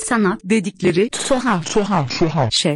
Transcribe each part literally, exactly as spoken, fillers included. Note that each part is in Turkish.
Sanat dedikleri tuhaf tuhaf tuhaf şey.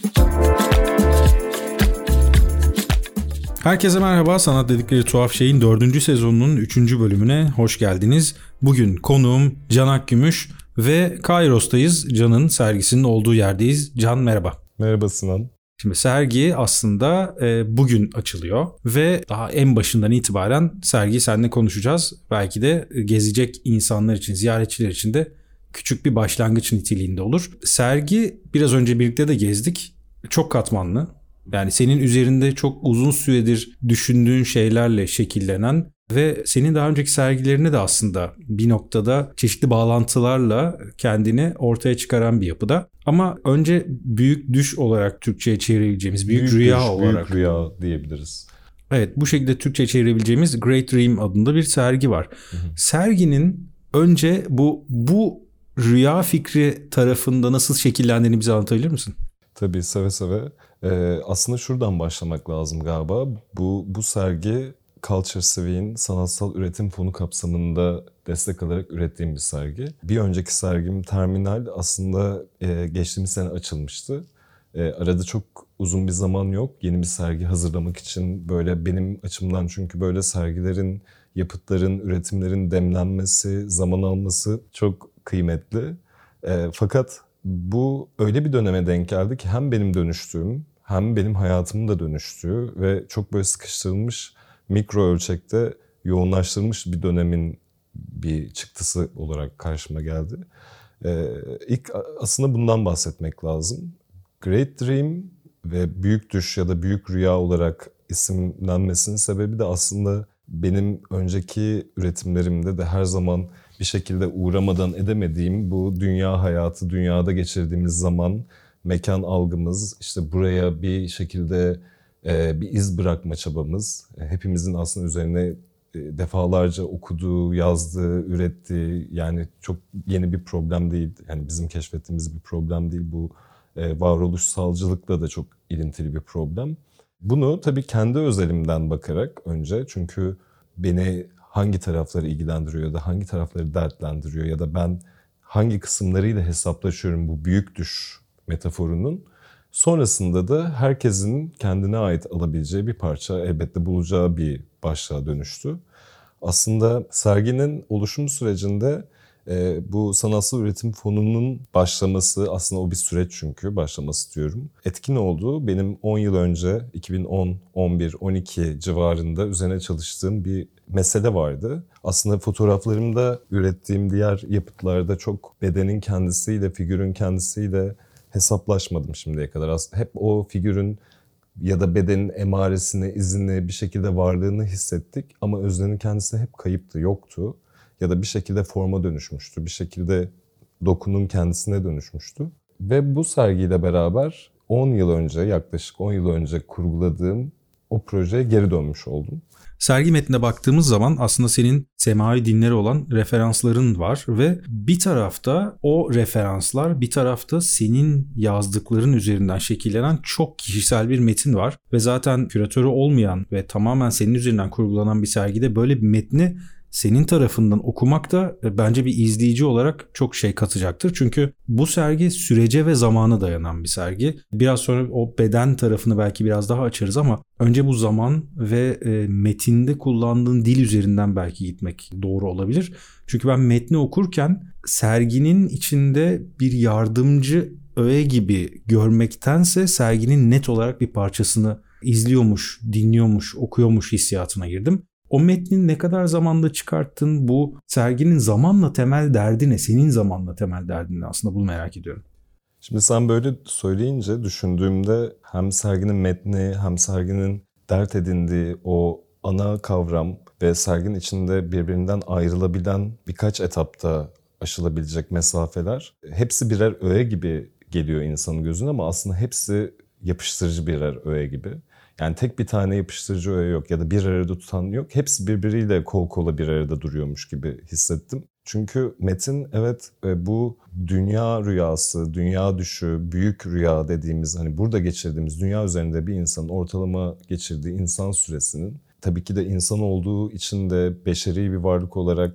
Herkese merhaba, Sanat dedikleri tuhaf şeyin dördüncü sezonunun üçüncü bölümüne hoş geldiniz. Bugün konuğum Can Akgümüş ve Kairos'tayız. Can'ın sergisinin olduğu yerdeyiz. Can merhaba. Merhaba Sinan. Şimdi sergi aslında e, bugün açılıyor ve daha en başından itibaren sergiyi seninle konuşacağız. Belki de gezecek insanlar için, ziyaretçiler için de küçük bir başlangıç niteliğinde olur. Sergi biraz önce birlikte de gezdik. Çok katmanlı. Yani senin üzerinde çok uzun süredir düşündüğün şeylerle şekillenen ve senin daha önceki sergilerine de aslında bir noktada çeşitli bağlantılarla kendini ortaya çıkaran bir yapıda. Ama önce büyük düş olarak Türkçe'ye çevirebileceğimiz, büyük, büyük rüya düş, olarak. Büyük rüya diyebiliriz. Evet, bu şekilde Türkçe'ye çevirebileceğimiz Great Dream adında bir sergi var. Hı hı. Serginin önce bu bu rüya fikri tarafında nasıl şekillendiğini bize anlatabilir misin? Tabii, seve seve. Ee, aslında şuradan başlamak lazım galiba. Bu bu sergi Culture Civic'in sanatsal üretim fonu kapsamında destek alarak ürettiğim bir sergi. Bir önceki sergim Terminal aslında e, geçtiğimiz sene açılmıştı. E, arada çok uzun bir zaman yok yeni bir sergi hazırlamak için. Böyle benim açımdan, çünkü böyle sergilerin, yapıtların, üretimlerin demlenmesi, zaman alması çok kıymetli. E, fakat bu öyle bir döneme denk geldi ki hem benim dönüştüğüm hem benim hayatımın da dönüştüğü ve çok böyle sıkıştırılmış, mikro ölçekte yoğunlaştırılmış bir dönemin bir çıktısı olarak karşıma geldi. Ee, ilk aslında bundan bahsetmek lazım. Great Dream ve Büyük Düş ya da Büyük Rüya olarak isimlenmesinin sebebi de aslında benim önceki üretimlerimde de her zaman bir şekilde uğramadan edemediğim bu dünya hayatı, dünyada geçirdiğimiz zaman, mekan algımız, işte buraya bir şekilde e, bir iz bırakma çabamız, e, hepimizin aslında üzerine e, defalarca okuduğu, yazdığı, ürettiği, yani çok yeni bir problem değil. Yani bizim keşfettiğimiz bir problem değil. Bu e, varoluşsalcılıkla da çok ilintili bir problem. Bunu tabii kendi özelimden bakarak önce, çünkü beni hangi tarafları ilgilendiriyor ya da hangi tarafları dertlendiriyor ya da ben hangi kısımlarıyla hesaplaşıyorum bu büyük düş metaforunun. Sonrasında da herkesin kendine ait alabileceği bir parça elbette bulacağı bir başlığa dönüştü. Aslında serginin oluşum sürecinde e, bu sanatsal üretim fonunun başlaması, aslında o bir süreç çünkü başlaması diyorum. Etkin olduğu benim on yıl önce iki bin on, on bir, on iki civarında üzerine çalıştığım bir mesele vardı. Aslında fotoğraflarımda ürettiğim diğer yapıtlarda çok bedenin kendisiyle, figürün kendisiyle hesaplaşmadım şimdiye kadar. Aslında hep o figürün ya da bedenin emaresini, izini, bir şekilde varlığını hissettik ama öznenin kendisi hep kayıptı, yoktu. Ya da bir şekilde forma dönüşmüştü, bir şekilde dokunun kendisine dönüşmüştü. Ve bu sergiyle beraber on yıl önce, yaklaşık on yıl önce kurguladığım o projeye geri dönmüş oldum. Sergi metnine baktığımız zaman aslında senin semavi dinleri olan referansların var ve bir tarafta o referanslar, bir tarafta senin yazdıkların üzerinden şekillenen çok kişisel bir metin var. Ve zaten küratörü olmayan ve tamamen senin üzerinden kurgulanan bir sergide böyle bir metni senin tarafından okumak da bence bir izleyici olarak çok şey katacaktır. Çünkü bu sergi sürece ve zamana dayanan bir sergi. Biraz sonra o beden tarafını belki biraz daha açarız ama önce bu zaman ve metinde kullandığın dil üzerinden belki gitmek doğru olabilir. Çünkü ben metni okurken serginin içinde bir yardımcı öğe gibi görmektense serginin net olarak bir parçasını izliyormuş, dinliyormuş, okuyormuş hissiyatına girdim. O metnin ne kadar zamanda çıkarttın, bu serginin zamanla temel derdi ne? Senin zamanla temel derdin ne? Aslında bunu merak ediyorum. Şimdi sen böyle söyleyince düşündüğümde hem serginin metni hem serginin dert edindiği o ana kavram ve serginin içinde birbirinden ayrılabilen birkaç etapta aşılabilecek mesafeler hepsi birer öğe gibi geliyor insanın gözüne ama aslında hepsi yapıştırıcı birer öğe gibi. Yani tek bir tane yapıştırıcı öğe yok ya da bir arada tutan yok. Hepsi birbiriyle kol kola bir arada duruyormuş gibi hissettim. Çünkü metin, evet, bu dünya rüyası, dünya düşü, büyük rüya dediğimiz, hani burada geçirdiğimiz dünya üzerinde bir insanın ortalama geçirdiği insan süresinin, tabii ki de insan olduğu için de beşeri bir varlık olarak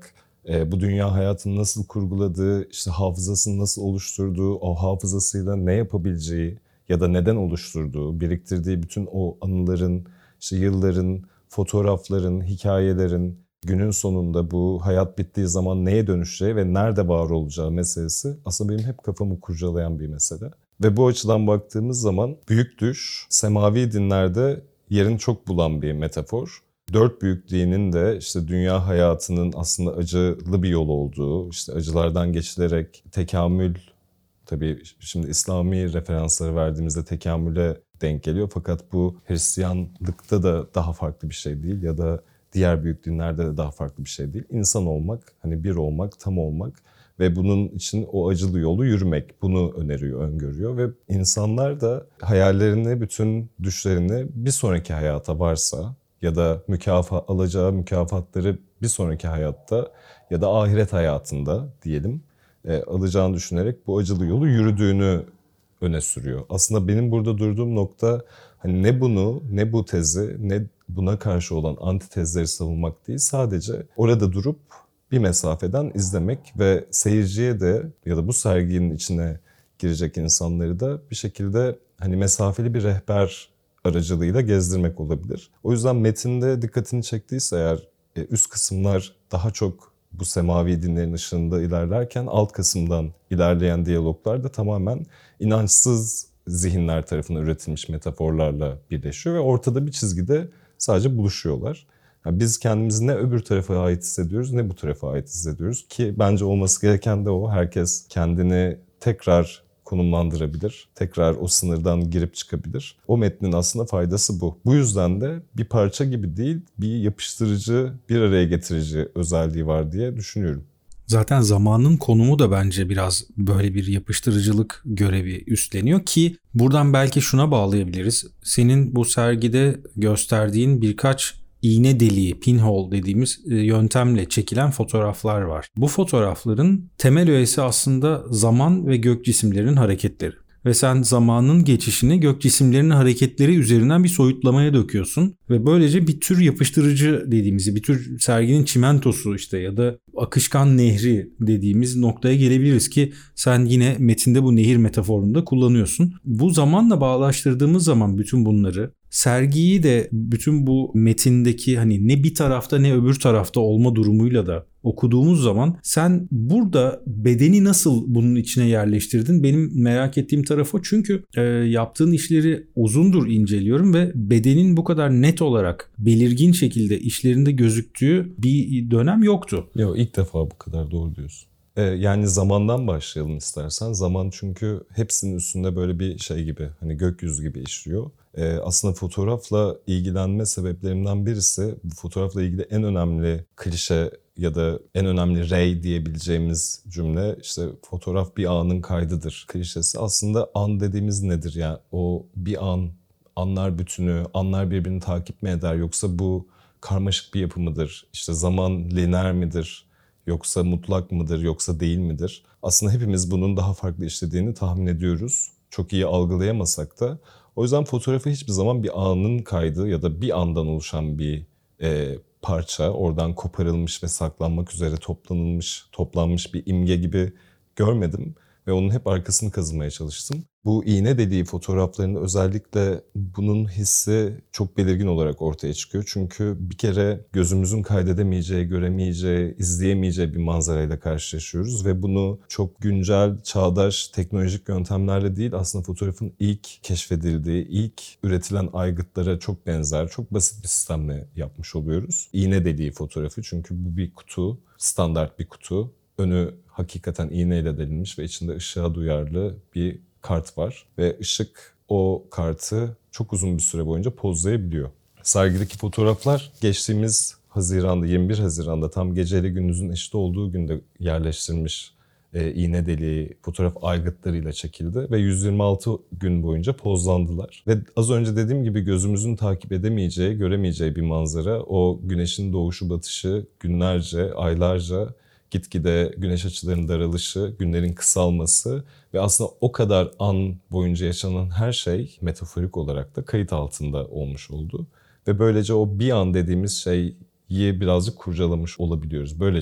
e, bu dünya hayatını nasıl kurguladığı, işte hafızasını nasıl oluşturduğu, o hafızasıyla ne yapabileceği ya da neden oluşturduğu, biriktirdiği bütün o anıların, işte yılların, fotoğrafların, hikayelerin günün sonunda bu hayat bittiği zaman neye dönüşeceği ve nerede var olacağı meselesi aslında benim hep kafamı kurcalayan bir mesele. Ve bu açıdan baktığımız zaman büyük düş, semavi dinlerde yerini çok bulan bir metafor. Dört büyük dinin de işte dünya hayatının aslında acılı bir yol olduğu, işte acılardan geçilerek tekamül, tabii şimdi İslami referansları verdiğimizde tekamüle denk geliyor. Fakat bu Hristiyanlıkta da daha farklı bir şey değil ya da diğer büyük dinlerde de daha farklı bir şey değil. İnsan olmak, hani bir olmak, tam olmak ve bunun için o acılı yolu yürümek, bunu öneriyor, öngörüyor. Ve insanlar da hayallerini, bütün düşlerini bir sonraki hayata varsa ya da mükafat alacağı mükafatları bir sonraki hayatta ya da ahiret hayatında diyelim e, alacağını düşünerek bu acılı yolu yürüdüğünü öne sürüyor. Aslında benim burada durduğum nokta hani ne bunu, ne bu tezi, ne buna karşı olan antitezleri savunmak değil, sadece orada durup bir mesafeden izlemek ve seyirciye de ya da bu serginin içine girecek insanları da bir şekilde hani mesafeli bir rehber aracılığıyla gezdirmek olabilir. O yüzden metinde dikkatini çektiyse eğer üst kısımlar daha çok bu semavi dinlerin ışığında ilerlerken alt kısımdan ilerleyen diyaloglar da tamamen inançsız zihinler tarafından üretilmiş metaforlarla birleşiyor ve ortada bir çizgide sadece buluşuyorlar. Yani biz kendimizi ne öbür tarafa ait hissediyoruz ne bu tarafa ait hissediyoruz ki bence olması gereken de o. Herkes kendini tekrar konumlandırabilir. Tekrar o sınırdan girip çıkabilir. O metnin aslında faydası bu. Bu yüzden de bir parça gibi değil, bir yapıştırıcı, bir araya getirici özelliği var diye düşünüyorum. Zaten zamanın konumu da bence biraz böyle bir yapıştırıcılık görevi üstleniyor ki buradan belki şuna bağlayabiliriz. Senin bu sergide gösterdiğin birkaç iğne deliği, pinhole dediğimiz yöntemle çekilen fotoğraflar var. Bu fotoğrafların temel öğesi aslında zaman ve gök cisimlerinin hareketleri. Ve sen zamanın geçişini gök cisimlerinin hareketleri üzerinden bir soyutlamaya döküyorsun. Ve böylece bir tür yapıştırıcı dediğimiz, bir tür serginin çimentosu işte ya da akışkan nehri dediğimiz noktaya gelebiliriz ki sen yine metinde bu nehir metaforunu da kullanıyorsun. Bu zamanla bağlaştırdığımız zaman bütün bunları, sergiyi de bütün bu metindeki hani ne bir tarafta ne öbür tarafta olma durumuyla da okuduğumuz zaman sen burada bedeni nasıl bunun içine yerleştirdin? Benim merak ettiğim taraf o. Çünkü e, yaptığın işleri uzundur inceliyorum ve bedenin bu kadar net olarak belirgin şekilde işlerinde gözüktüğü bir dönem yoktu. Yok, ilk defa bu kadar doğru diyorsun. Ee, yani zamandan başlayalım istersen. Zaman çünkü hepsinin üstünde böyle bir şey gibi, hani gökyüzü gibi işliyor. Ee, aslında fotoğrafla ilgilenme sebeplerimden birisi, bu fotoğrafla ilgili en önemli klişe ya da en önemli rey diyebileceğimiz cümle işte fotoğraf bir anın kaydıdır klişesi. Aslında an dediğimiz nedir? Yani o bir an, anlar bütünü, anlar birbirini takip mi eder yoksa bu karmaşık bir yapı mıdır? İşte zaman lineer midir? Yoksa mutlak mıdır, yoksa değil midir? Aslında hepimiz bunun daha farklı işlediğini tahmin ediyoruz. Çok iyi algılayamasak da. O yüzden fotoğrafı hiçbir zaman bir anın kaydı ya da bir andan oluşan bir e, parça, oradan koparılmış ve saklanmak üzere toplanılmış, toplanmış bir imge gibi görmedim. Ve onun hep arkasını kazımaya çalıştım. Bu iğne dediği fotoğraflarında özellikle bunun hissi çok belirgin olarak ortaya çıkıyor. Çünkü bir kere gözümüzün kaydedemeyeceği, göremeyeceği, izleyemeyeceği bir manzarayla karşılaşıyoruz. Ve bunu çok güncel, çağdaş, teknolojik yöntemlerle değil, aslında fotoğrafın ilk keşfedildiği, ilk üretilen aygıtlara çok benzer, çok basit bir sistemle yapmış oluyoruz. İğne dediği fotoğrafı, çünkü bu bir kutu, standart bir kutu. Önü hakikaten iğneyle delinmiş ve içinde ışığa duyarlı bir kart var. Ve ışık o kartı çok uzun bir süre boyunca pozlayabiliyor. Sergideki fotoğraflar geçtiğimiz Haziran'da, yirmi bir Haziran'da tam geceyle gündüzün eşit olduğu günde yerleştirilmiş e, iğne deliği fotoğraf aygıtlarıyla çekildi. Ve yüz yirmi altı gün boyunca pozlandılar. Ve az önce dediğim gibi gözümüzün takip edemeyeceği, göremeyeceği bir manzara. O güneşin doğuşu batışı günlerce, aylarca gitgide güneş açılarının daralışı, günlerin kısalması ve aslında o kadar an boyunca yaşanan her şey metaforik olarak da kayıt altında olmuş oldu. Ve böylece o bir an dediğimiz şeyi birazcık kurcalamış olabiliyoruz. Böylece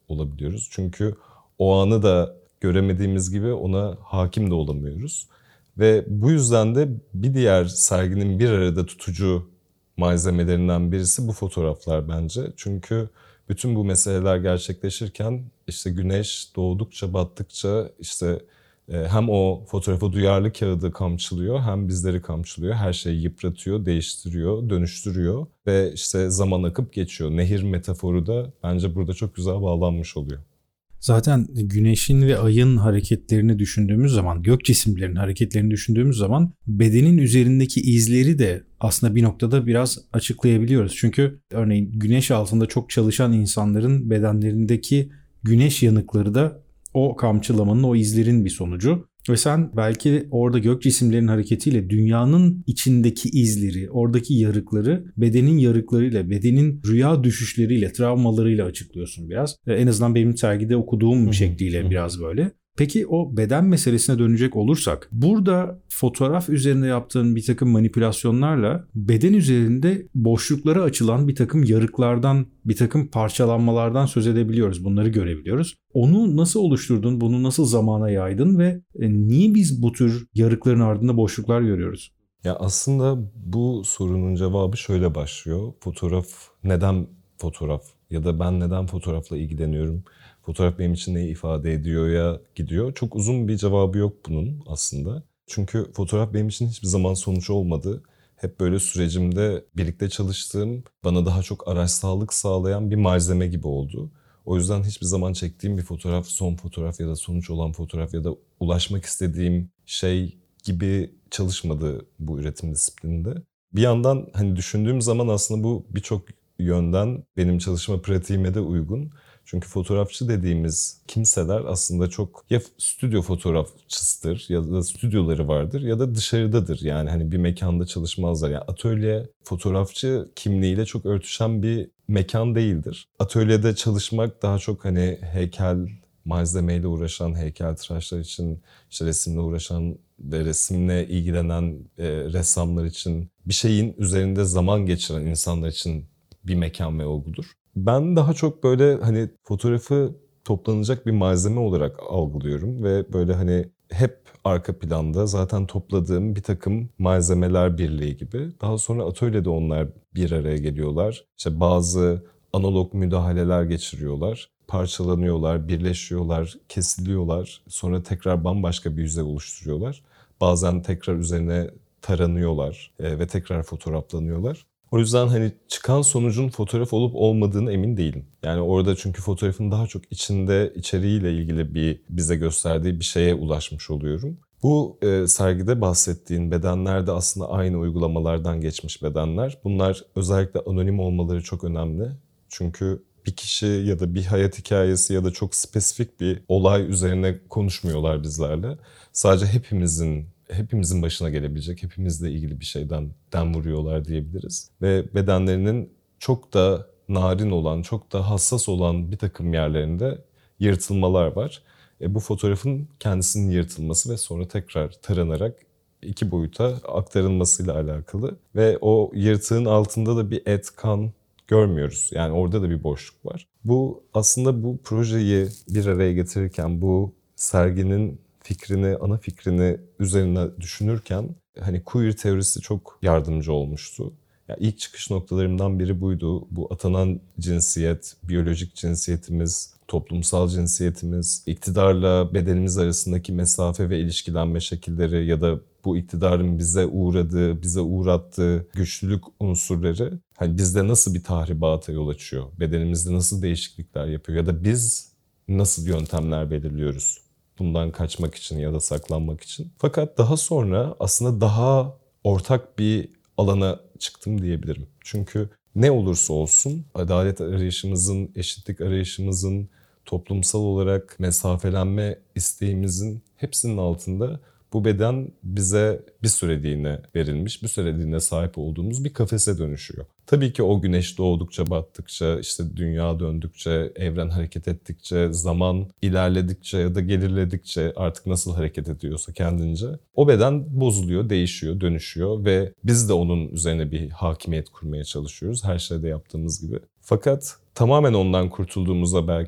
olabiliyoruz. Çünkü o anı da göremediğimiz gibi ona hakim de olamıyoruz. Ve bu yüzden de bir diğer serginin bir arada tutucu malzemelerinden birisi bu fotoğraflar bence. Çünkü bütün bu meseleler gerçekleşirken işte güneş doğdukça battıkça işte hem o fotoğrafa duyarlı kağıdı kamçılıyor hem bizleri kamçılıyor. Her şeyi yıpratıyor, değiştiriyor, dönüştürüyor ve işte zaman akıp geçiyor. Nehir metaforu da bence burada çok güzel bağlanmış oluyor. Zaten güneşin ve ayın hareketlerini düşündüğümüz zaman, gök cisimlerinin hareketlerini düşündüğümüz zaman bedenin üzerindeki izleri de aslında bir noktada biraz açıklayabiliyoruz. Çünkü örneğin güneş altında çok çalışan insanların bedenlerindeki güneş yanıkları da o kamçılamanın, o izlerin bir sonucu. Ve sen belki orada gök cisimlerinin hareketiyle dünyanın içindeki izleri, oradaki yarıkları bedenin yarıklarıyla, bedenin rüya düşüşleriyle, travmalarıyla açıklıyorsun biraz. En azından benim sergide okuduğum şekliyle biraz böyle. Peki o beden meselesine dönecek olursak, burada fotoğraf üzerinde yaptığın bir takım manipülasyonlarla beden üzerinde boşluklara açılan bir takım yarıklardan, bir takım parçalanmalardan söz edebiliyoruz. Bunları görebiliyoruz. Onu nasıl oluşturdun, bunu nasıl zamana yaydın ve niye biz bu tür yarıkların ardında boşluklar görüyoruz? Ya aslında bu sorunun cevabı şöyle başlıyor. Fotoğraf, neden fotoğraf ya da ben neden fotoğrafla ilgileniyorum? Fotoğraf benim için neyi ifade ediyor ya gidiyor. Çok uzun bir cevabı yok bunun aslında. Çünkü fotoğraf benim için hiçbir zaman sonuç olmadı. Hep böyle sürecimde birlikte çalıştığım, bana daha çok araçsallık sağlayan bir malzeme gibi oldu. O yüzden hiçbir zaman çektiğim bir fotoğraf son fotoğraf ya da sonuç olan fotoğraf ya da ulaşmak istediğim şey gibi çalışmadı bu üretim disiplininde. Bir yandan hani düşündüğüm zaman aslında bu birçok yönden benim çalışma pratiğime de uygun. Çünkü fotoğrafçı dediğimiz kimseler aslında çok ya stüdyo fotoğrafçısıdır ya da stüdyoları vardır ya da dışarıdadır. Yani hani bir mekanda çalışmazlar. Yani atölye fotoğrafçı kimliğiyle çok örtüşen bir mekan değildir. Atölyede çalışmak daha çok hani heykel malzemeyle uğraşan, heykeltıraşlar için, işte resimle uğraşan ve resimle ilgilenen e, ressamlar için, bir şeyin üzerinde zaman geçiren insanlar için bir mekan ve olgudur. Ben daha çok böyle hani fotoğrafı toplanacak bir malzeme olarak algılıyorum ve böyle hani hep arka planda zaten topladığım bir takım malzemeler birliği gibi. Daha sonra atölyede onlar bir araya geliyorlar. İşte bazı analog müdahaleler geçiriyorlar, parçalanıyorlar, birleşiyorlar, kesiliyorlar. Sonra tekrar bambaşka bir yüzey oluşturuyorlar. Bazen tekrar üzerine taranıyorlar ve tekrar fotoğraflanıyorlar. O yüzden hani çıkan sonucun fotoğraf olup olmadığını emin değilim. Yani orada çünkü fotoğrafın daha çok içinde, içeriğiyle ilgili bir bize gösterdiği bir şeye ulaşmış oluyorum. Bu e, sergide bahsettiğin bedenler de aslında aynı uygulamalardan geçmiş bedenler. Bunlar özellikle anonim olmaları çok önemli. Çünkü bir kişi ya da bir hayat hikayesi ya da çok spesifik bir olay üzerine konuşmuyorlar bizlerle. Sadece hepimizin hepimizin başına gelebilecek, hepimizle ilgili bir şeyden dem vuruyorlar diyebiliriz. Ve bedenlerinin çok da narin olan, çok da hassas olan bir takım yerlerinde yırtılmalar var. E, bu fotoğrafın kendisinin yırtılması ve sonra tekrar taranarak iki boyuta aktarılmasıyla alakalı. Ve o yırtığın altında da bir et, kan görmüyoruz. Yani orada da bir boşluk var. Bu aslında bu projeyi bir araya getirirken, bu serginin fikrini, ana fikrini üzerine düşünürken hani queer teorisi çok yardımcı olmuştu. Yani ilk çıkış noktalarımdan biri buydu. Bu atanan cinsiyet, biyolojik cinsiyetimiz, toplumsal cinsiyetimiz, iktidarla bedenimiz arasındaki mesafe ve ilişkilenme şekilleri ya da bu iktidarın bize uğradığı, bize uğrattığı güçlülük unsurları hani bizde nasıl bir tahribata yol açıyor? Bedenimizde nasıl değişiklikler yapıyor? Ya da biz nasıl yöntemler belirliyoruz bundan kaçmak için ya da saklanmak için? Fakat daha sonra aslında daha ortak bir alana çıktım diyebilirim. Çünkü ne olursa olsun adalet arayışımızın, eşitlik arayışımızın, toplumsal olarak mesafelenme isteğimizin hepsinin altında bu beden bize bir süreliğine verilmiş, bir süreliğine sahip olduğumuz bir kafese dönüşüyor. Tabii ki o güneş doğdukça, battıkça, işte dünya döndükçe, evren hareket ettikçe, zaman ilerledikçe ya da geriledikçe artık nasıl hareket ediyorsa kendince o beden bozuluyor, değişiyor, dönüşüyor ve biz de onun üzerine bir hakimiyet kurmaya çalışıyoruz her şeyde yaptığımız gibi. Fakat tamamen ondan kurtulduğumuzda belki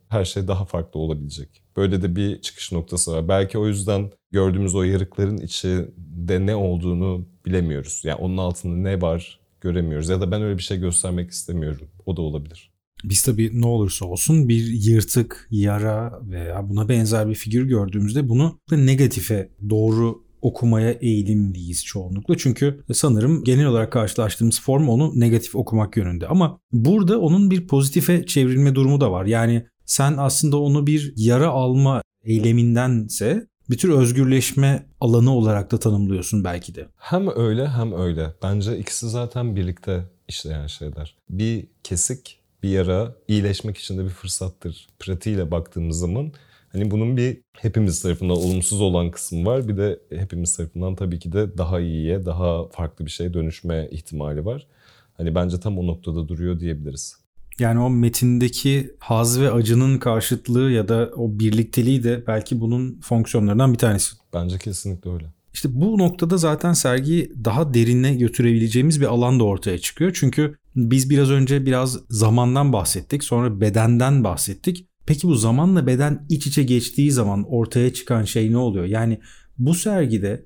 her şey daha farklı olabilecek. Böyle de bir çıkış noktası var. Belki o yüzden gördüğümüz o yarıkların içinde ne olduğunu bilemiyoruz. Yani onun altında ne var göremiyoruz. Ya da ben öyle bir şey göstermek istemiyorum. O da olabilir. Biz tabii ne olursa olsun bir yırtık, yara veya buna benzer bir figür gördüğümüzde bunu negatife doğru okumaya eğilimliyiz çoğunlukla. Çünkü sanırım genel olarak karşılaştığımız form onu negatif okumak yönünde. Ama burada onun bir pozitife çevrilme durumu da var. Yani sen aslında onu bir yara alma eylemindense bir tür özgürleşme alanı olarak da tanımlıyorsun belki de. Hem öyle hem öyle. Bence ikisi zaten birlikte işleyen şeyler. Bir kesik, bir yara iyileşmek için de bir fırsattır. Pratiğiyle baktığımız zaman hani bunun bir hepimiz tarafından olumsuz olan kısmı var. Bir de hepimiz tarafından tabii ki de daha iyiye, daha farklı bir şeye dönüşme ihtimali var. Hani bence tam o noktada duruyor diyebiliriz. Yani o metindeki haz ve acının karşıtlığı ya da o birlikteliği de belki bunun fonksiyonlarından bir tanesi. Bence kesinlikle öyle. İşte bu noktada zaten sergiyi daha derine götürebileceğimiz bir alan da ortaya çıkıyor. Çünkü biz biraz önce biraz zamandan bahsettik, sonra bedenden bahsettik. Peki bu zamanla beden iç içe geçtiği zaman ortaya çıkan şey ne oluyor? Yani bu sergide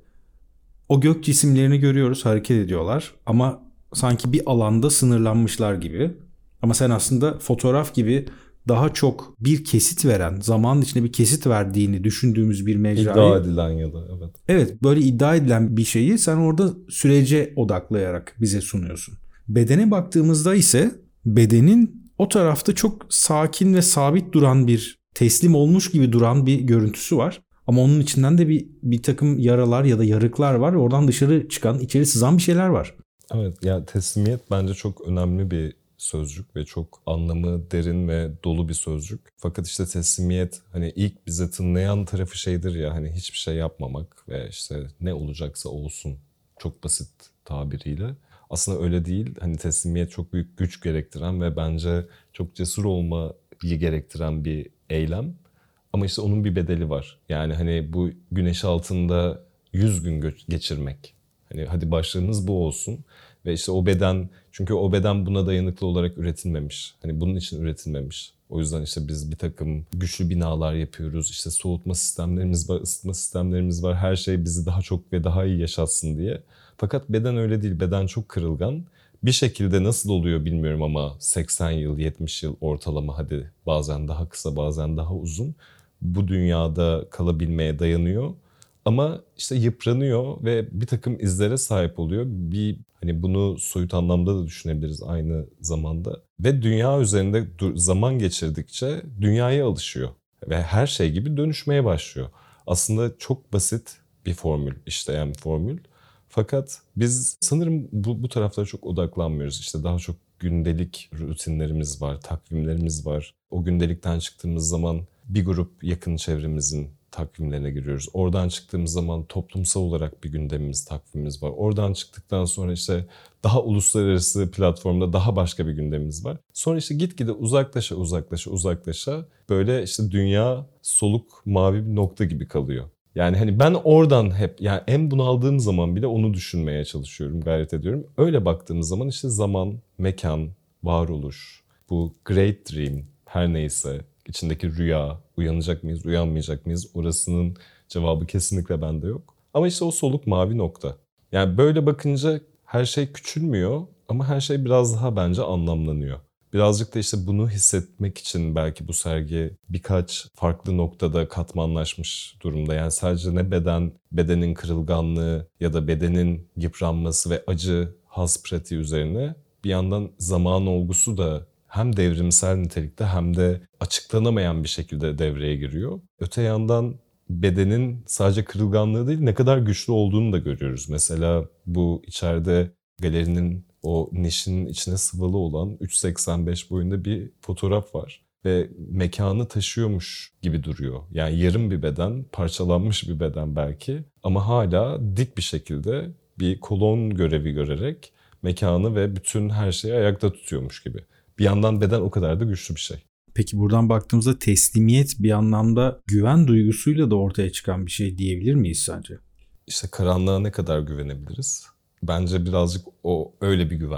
o gök cisimlerini görüyoruz, hareket ediyorlar ama sanki bir alanda sınırlanmışlar gibi. Ama sen aslında fotoğraf gibi daha çok bir kesit veren, zamanın içinde bir kesit verdiğini düşündüğümüz bir mecrayı... İddia edilen ya da evet. Evet, böyle iddia edilen bir şeyi sen orada sürece odaklayarak bize sunuyorsun. Bedene baktığımızda ise bedenin o tarafta çok sakin ve sabit duran bir, teslim olmuş gibi duran bir görüntüsü var. Ama onun içinden de bir, bir takım yaralar ya da yarıklar var. Oradan dışarı çıkan, içeri sızan bir şeyler var. Evet, yani teslimiyet bence çok önemli bir sözcük ve çok anlamı derin ve dolu bir sözcük. Fakat işte teslimiyet hani ilk bize tınlayan tarafı şeydir ya, hani hiçbir şey yapmamak ve işte ne olacaksa olsun, çok basit tabiriyle. Aslında öyle değil. Hani teslimiyet çok büyük güç gerektiren ve bence çok cesur olmayı gerektiren bir eylem. Ama işte onun bir bedeli var. Yani hani bu güneş altında yüz gün gö- geçirmek. Hani hadi başlarınız bu olsun. Ve işte o beden, çünkü o beden buna dayanıklı olarak üretilmemiş. Hani bunun için üretilmemiş. O yüzden işte biz bir takım güçlü binalar yapıyoruz. İşte soğutma sistemlerimiz var, ısıtma sistemlerimiz var. Her şey bizi daha çok ve daha iyi yaşatsın diye. Fakat beden öyle değil. Beden çok kırılgan. Bir şekilde nasıl oluyor bilmiyorum ama seksen yıl, yetmiş yıl ortalama, hadi bazen daha kısa bazen daha uzun, bu dünyada kalabilmeye dayanıyor. Ama işte yıpranıyor ve bir takım izlere sahip oluyor. Bir hani bunu soyut anlamda da düşünebiliriz aynı zamanda. Ve dünya üzerinde zaman geçirdikçe dünyaya alışıyor. Ve her şey gibi dönüşmeye başlıyor. Aslında çok basit bir formül, işleyen bir formül. Fakat biz sanırım bu, bu taraflara çok odaklanmıyoruz. İşte daha çok gündelik rutinlerimiz var, takvimlerimiz var. O gündelikten çıktığımız zaman bir grup yakın çevremizin takvimlerine giriyoruz. Oradan çıktığımız zaman toplumsal olarak bir gündemimiz, takvimimiz var. Oradan çıktıktan sonra işte daha uluslararası platformda daha başka bir gündemimiz var. Sonra işte gitgide uzaklaşa uzaklaşa uzaklaşa böyle işte dünya soluk mavi bir nokta gibi kalıyor. Yani hani ben oradan hep, yani en bunaldığım zaman bile onu düşünmeye çalışıyorum, gayret ediyorum. Öyle baktığımız zaman işte zaman, mekan, varoluş, bu great dream her neyse, içindeki rüya, uyanacak mıyız, uyanmayacak mıyız? Orasının cevabı kesinlikle bende yok. Ama işte o soluk mavi nokta. Yani böyle bakınca her şey küçülmüyor ama her şey biraz daha bence anlamlanıyor. Birazcık da işte bunu hissetmek için belki bu sergi birkaç farklı noktada katmanlaşmış durumda. Yani sadece ne beden, bedenin kırılganlığı ya da bedenin yıpranması ve acı, haz pratiği üzerine, bir yandan zaman olgusu da hem devrimsel nitelikte hem de açıklanamayan bir şekilde devreye giriyor. Öte yandan bedenin sadece kırılganlığı değil, ne kadar güçlü olduğunu da görüyoruz. Mesela bu içeride galerinin o nişinin içine sıvalı olan üç seksen beş boyunda bir fotoğraf var. Ve mekanı taşıyormuş gibi duruyor. Yani yarım bir beden, parçalanmış bir beden belki. Ama hala dik bir şekilde bir kolon görevi görerek mekanı ve bütün her şeyi ayakta tutuyormuş gibi. Bir yandan beden o kadar da güçlü bir şey. Peki buradan baktığımızda teslimiyet bir anlamda güven duygusuyla da ortaya çıkan bir şey diyebilir miyiz sence? İşte karanlığa ne kadar güvenebiliriz? Bence birazcık o öyle bir güven.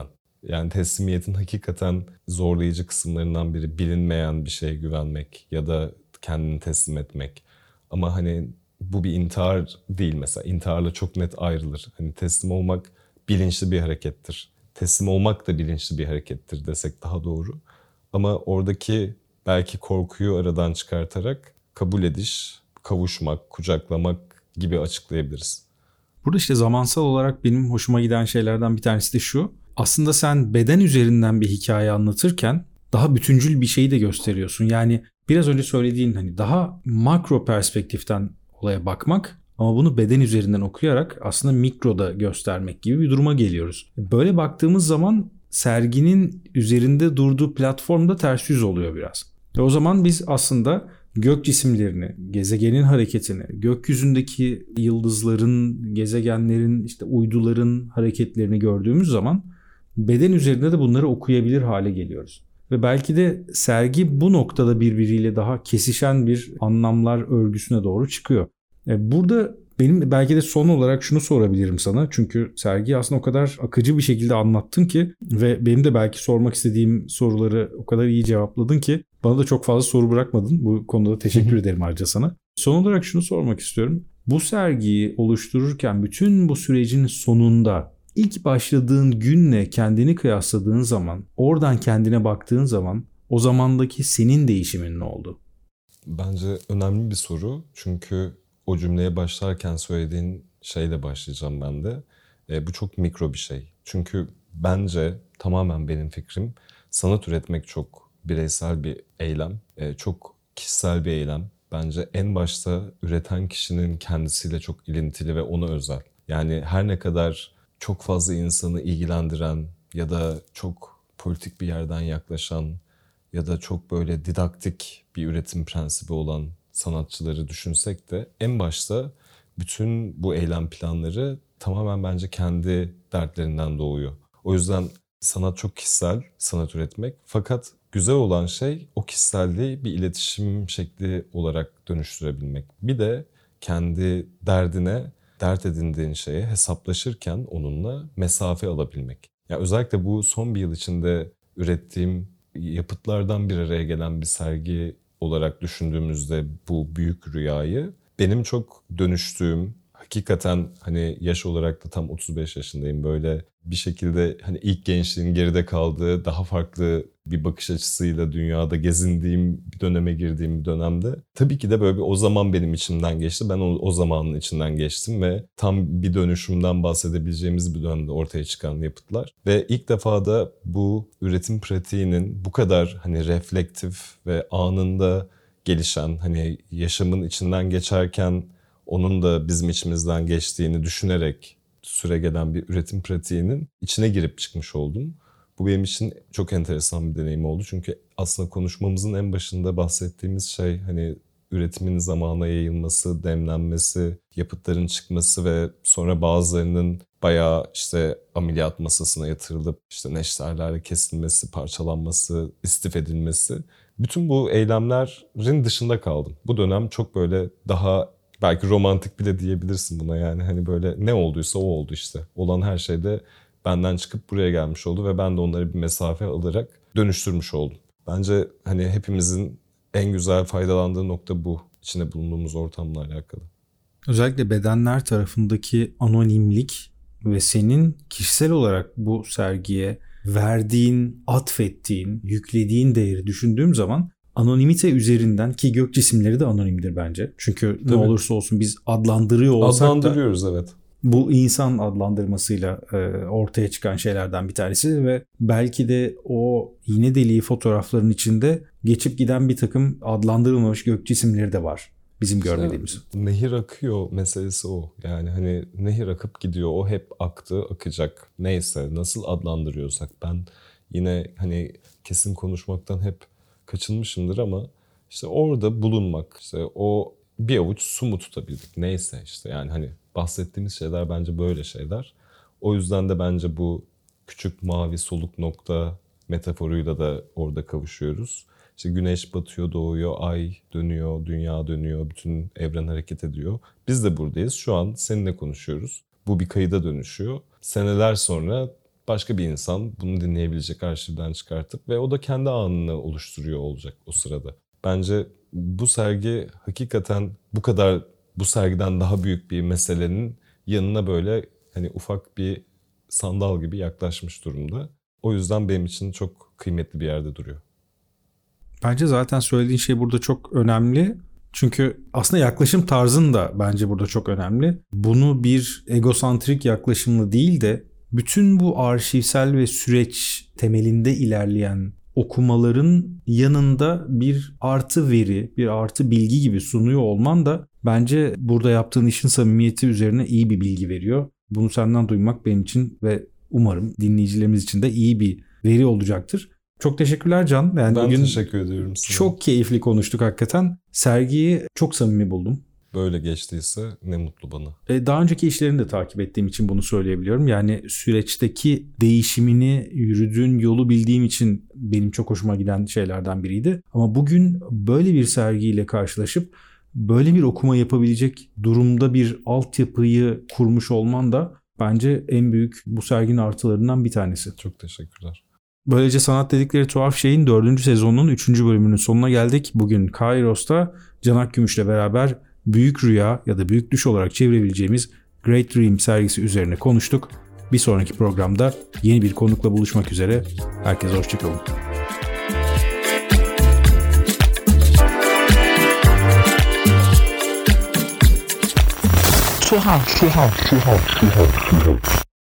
Yani teslimiyetin hakikaten zorlayıcı kısımlarından biri bilinmeyen bir şeye güvenmek ya da kendini teslim etmek. Ama hani bu bir intihar değil mesela. İntiharla çok net ayrılır. Hani teslim olmak bilinçli bir harekettir. Teslim olmak da bilinçli bir harekettir desek daha doğru. Ama oradaki belki korkuyu aradan çıkartarak kabul ediş, kavuşmak, kucaklamak gibi açıklayabiliriz. Burada işte zamansal olarak benim hoşuma giden şeylerden bir tanesi de şu. Aslında sen beden üzerinden bir hikaye anlatırken daha bütüncül bir şeyi de gösteriyorsun. Yani biraz önce söylediğin hani daha makro perspektiften olaya bakmak ama bunu beden üzerinden okuyarak aslında mikroda göstermek gibi bir duruma geliyoruz. Böyle baktığımız zaman serginin üzerinde durduğu platformda ters yüz oluyor biraz. Ve o zaman biz aslında gök cisimlerini, gezegenin hareketini, gökyüzündeki yıldızların, gezegenlerin, işte uyduların hareketlerini gördüğümüz zaman beden üzerinde de bunları okuyabilir hale geliyoruz. Ve belki de sergi bu noktada birbiriyle daha kesişen bir anlamlar örgüsüne doğru çıkıyor. Burada benim belki de son olarak şunu sorabilirim sana. Çünkü sergiyi aslında o kadar akıcı bir şekilde anlattın ki ve benim de belki sormak istediğim soruları o kadar iyi cevapladın ki bana da çok fazla soru bırakmadın. Bu konuda da teşekkür ederim ayrıca sana. Son olarak şunu sormak istiyorum. Bu sergiyi oluştururken bütün bu sürecin sonunda ilk başladığın günle kendini kıyasladığın zaman, oradan kendine baktığın zaman o zamandaki senin değişimin ne oldu? Bence önemli bir soru. Çünkü o cümleye başlarken söylediğin şeyle başlayacağım ben de. E, bu çok mikro bir şey. Çünkü bence tamamen benim fikrim sanat üretmek çok bireysel bir eylem. E, çok kişisel bir eylem. Bence en başta üreten kişinin kendisiyle çok ilintili ve ona özel. Yani her ne kadar çok fazla insanı ilgilendiren ya da çok politik bir yerden yaklaşan ya da çok böyle didaktik bir üretim prensibi olan sanatçıları düşünsek de en başta bütün bu eylem planları tamamen bence kendi dertlerinden doğuyor. O yüzden sanat çok kişisel, sanat üretmek. Fakat güzel olan şey o kişiselliği bir iletişim şekli olarak dönüştürebilmek. Bir de kendi derdine, dert edindiğin şeye hesaplaşırken onunla mesafe alabilmek. Yani özellikle bu son bir yıl içinde ürettiğim yapıtlardan bir araya gelen bir sergi olarak düşündüğümüzde bu büyük rüyayı benim çok dönüştüğüm, hakikaten hani yaş olarak da tam otuz beş yaşındayım, böyle bir şekilde hani ilk gençliğin geride kaldığı daha farklı bir bakış açısıyla dünyada gezindiğim bir döneme girdiğim bir dönemde tabii ki de böyle bir o zaman benim içimden geçti. Ben o, o zamanın içinden geçtim ve tam bir dönüşümden bahsedebileceğimiz bir dönemde ortaya çıkan yapıtlar. Ve ilk defa da bu üretim pratiğinin bu kadar hani reflektif ve anında gelişen, hani yaşamın içinden geçerken onun da bizim içimizden geçtiğini düşünerek süre gelen bir üretim pratiğinin içine girip çıkmış oldum. Bu benim için çok enteresan bir deneyim oldu. Çünkü aslında konuşmamızın en başında bahsettiğimiz şey hani üretimin zamana yayılması, demlenmesi, yapıtların çıkması ve sonra bazılarının bayağı işte ameliyat masasına yatırılıp işte neşterlerle kesilmesi, parçalanması, istif edilmesi. Bütün bu eylemlerin dışında kaldım. Bu dönem çok böyle daha belki romantik bile diyebilirsin buna, yani hani böyle ne olduysa o oldu işte. Olan her şey de benden çıkıp buraya gelmiş oldu ve ben de onları bir mesafe alarak dönüştürmüş oldum. Bence hani hepimizin en güzel faydalandığı nokta bu, içinde bulunduğumuz ortamla alakalı. Özellikle bedenler tarafındaki anonimlik ve senin kişisel olarak bu sergiye verdiğin, atfettiğin, yüklediğin değeri düşündüğüm zaman anonimite üzerinden, ki gök cisimleri de anonimdir bence. Çünkü Tabii. ne olursa olsun biz adlandırıyor olsak Adlandırıyoruz, da evet. Bu insan adlandırmasıyla e, ortaya çıkan şeylerden bir tanesi ve belki de o iğne deliği fotoğrafların içinde geçip giden bir takım adlandırılmamış gök cisimleri de var bizim görmediğimiz. İşte, nehir akıyor meselesi o. Yani hani nehir akıp gidiyor, o hep aktı, akacak. Neyse, nasıl adlandırıyorsak, ben yine hani kesin konuşmaktan hep kaçınmışımdır ama işte orada bulunmak, işte o bir avuç su mu tutabildik neyse işte, yani hani bahsettiğimiz şeyler bence böyle şeyler. O yüzden de bence bu küçük mavi soluk nokta metaforuyla da orada kavuşuyoruz. İşte güneş batıyor, doğuyor, ay dönüyor, dünya dönüyor, bütün evren hareket ediyor. Biz de buradayız. Şu an seninle konuşuyoruz. Bu bir kayıda dönüşüyor. Seneler sonra başka bir insan bunu dinleyebilecek, arşivden çıkartıp ve o da kendi anını oluşturuyor olacak o sırada. Bence bu sergi hakikaten bu kadar, bu sergiden daha büyük bir meselenin yanına böyle hani ufak bir sandal gibi yaklaşmış durumda. O yüzden benim için çok kıymetli bir yerde duruyor. Bence zaten söylediğin şey burada çok önemli. Çünkü aslında yaklaşım tarzın da bence burada çok önemli. Bunu bir egosantrik yaklaşımla değil de bütün bu arşivsel ve süreç temelinde ilerleyen okumaların yanında bir artı veri, bir artı bilgi gibi sunuyor olman da bence burada yaptığın işin samimiyeti üzerine iyi bir bilgi veriyor. Bunu senden duymak benim için ve umarım dinleyicilerimiz için de iyi bir veri olacaktır. Çok teşekkürler Can. Yani ben bugün teşekkür ediyorum size. Çok keyifli konuştuk hakikaten. Sergiyi çok samimi buldum. Böyle geçtiyse ne mutlu bana. Daha önceki işlerini de takip ettiğim için bunu söyleyebiliyorum. Yani süreçteki değişimini, yürüdüğün yolu bildiğim için benim çok hoşuma giden şeylerden biriydi. Ama bugün böyle bir sergiyle karşılaşıp böyle bir okuma yapabilecek durumda bir altyapıyı kurmuş olman da bence en büyük bu serginin artılarından bir tanesi. Çok teşekkürler. Böylece Sanat Dedikleri Tuhaf Şey'in dördüncü sezonunun üçüncü bölümünün sonuna geldik. Bugün Kairos'ta Can Akgümüş'le beraber Büyük Rüya ya da Büyük Düş olarak çevirebileceğimiz Great Dream sergisi üzerine konuştuk. Bir sonraki programda yeni bir konukla buluşmak üzere. Herkese hoşçakalın. Tuhaf, tuhaf, tuhaf, tuhaf, tuhaf.